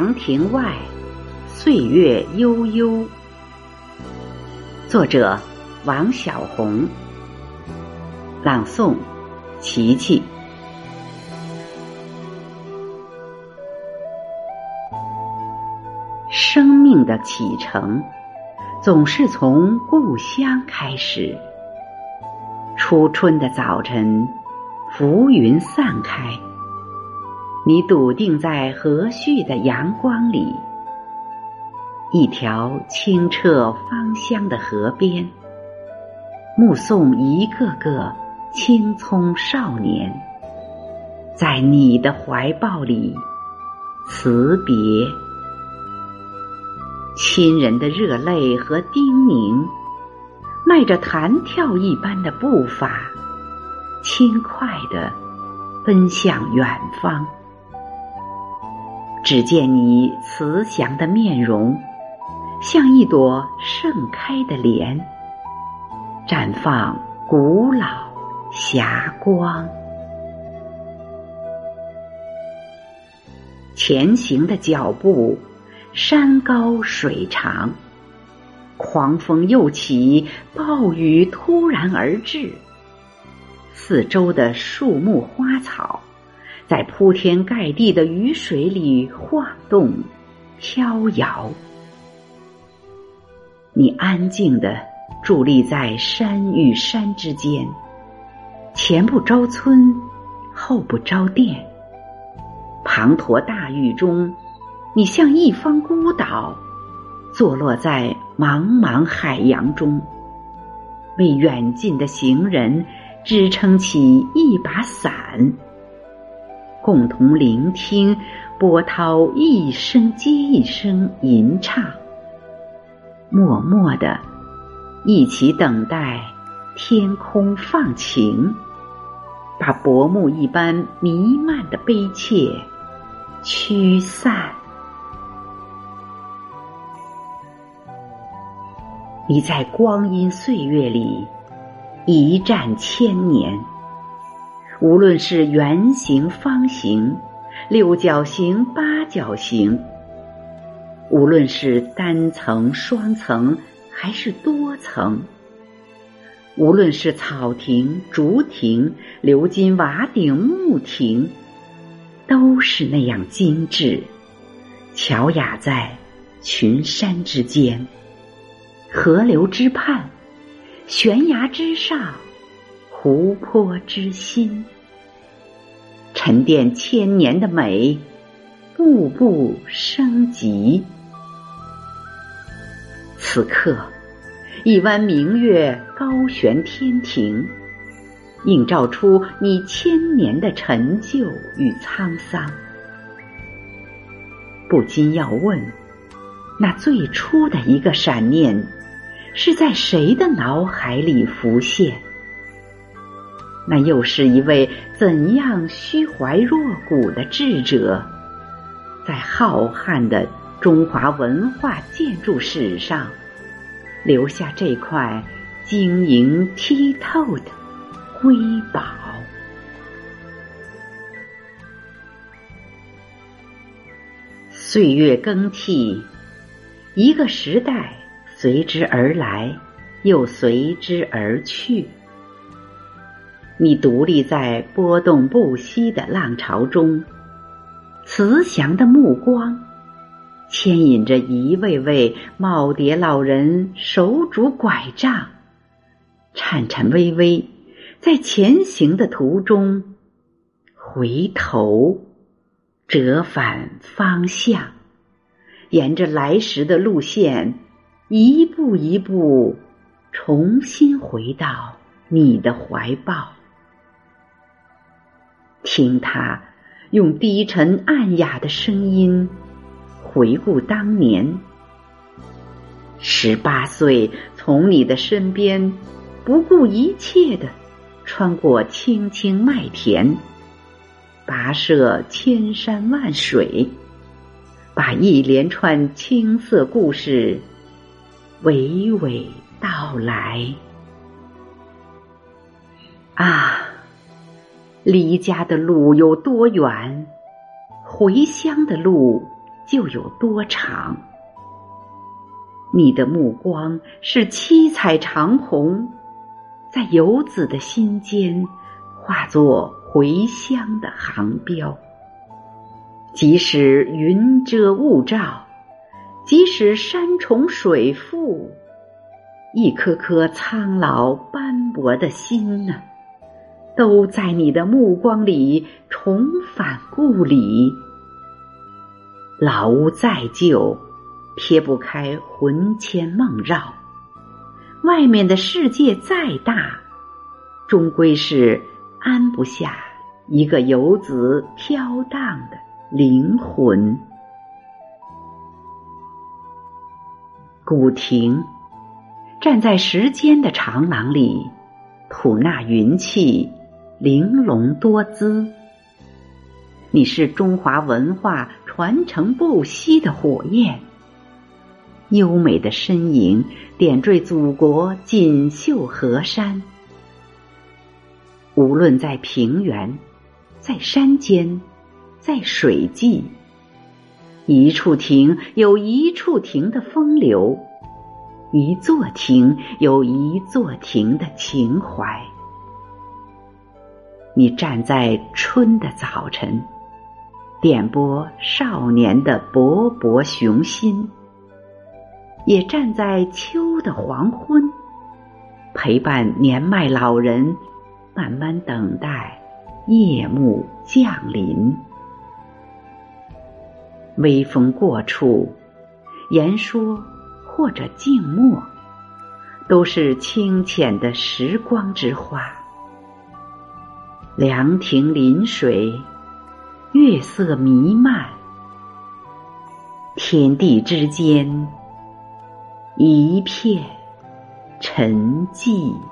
长亭外，岁月悠悠。作者王小红，朗诵琪琪。生命的启程总是从故乡开始。初春的早晨，浮云散开，你笃定在和煦的阳光里。一条清澈芳香的河边，目送一个个青葱少年在你的怀抱里辞别。亲人的热泪和叮咛，迈着弹跳一般的步伐，轻快地奔向远方。只见你慈祥的面容，像一朵盛开的莲，绽放古老霞光。前行的脚步，山高水长，狂风又起，暴雨突然而至。四周的树木花草，在铺天盖地的雨水里晃动飘摇。你安静地伫立在山与山之间，前不着村，后不着店。滂沱大雨中，你像一方孤岛，坐落在茫茫海洋中，为远近的行人支撑起一把伞，共同聆听波涛一声接一声吟唱，默默地一起等待天空放晴，把薄暮一般弥漫的悲切驱散。你在光阴岁月里一站千年，无论是圆形、方形、六角形、八角形，无论是单层、双层还是多层，无论是草亭、竹亭、鎏金瓦顶、木亭，都是那样精致，乔雅在群山之间，河流之畔，悬崖之上，湖泊之心，沉淀千年的美，步步升级。此刻，一弯明月高悬天庭，映照出你千年的陈旧与沧桑。不禁要问，那最初的一个闪念，是在谁的脑海里浮现？那又是一位怎样虚怀若谷的智者，在浩瀚的中华文化建筑史上，留下这块晶莹剔透的瑰宝。岁月更替，一个时代随之而来，又随之而去。你独立在波动不息的浪潮中，慈祥的目光牵引着一位位耄耋老人手拄拐杖，颤颤巍巍在前行的途中回头，折返方向，沿着来时的路线，一步一步重新回到你的怀抱。听他用低沉暗哑的声音回顾当年。18岁从你的身边不顾一切地穿过青青麦田，跋涉千山万水，把一连串青涩故事娓娓道来。啊，离家的路有多远？回乡的路就有多长。你的目光是七彩长虹，在游子的心间化作回乡的航标。即使云遮雾罩，即使山重水复，一颗颗苍老斑驳的心呢，都在你的目光里重返故里。老屋再旧，撇不开魂牵梦绕，外面的世界再大，终归是安不下一个游子飘荡的灵魂。古亭站在时间的长廊里，吐纳云气，玲珑多姿。你是中华文化传承不息的火焰，优美的身影点缀祖国锦绣河山。无论在平原，在山间，在水际，一处亭有一处亭的风流，一座亭有一座亭的情怀。你站在春的早晨，点拨少年的勃勃雄心，也站在秋的黄昏，陪伴年迈老人慢慢等待夜幕降临。微风过处，言说或者静默，都是清浅的时光之花。凉亭临水，月色弥漫，天地之间一片沉寂。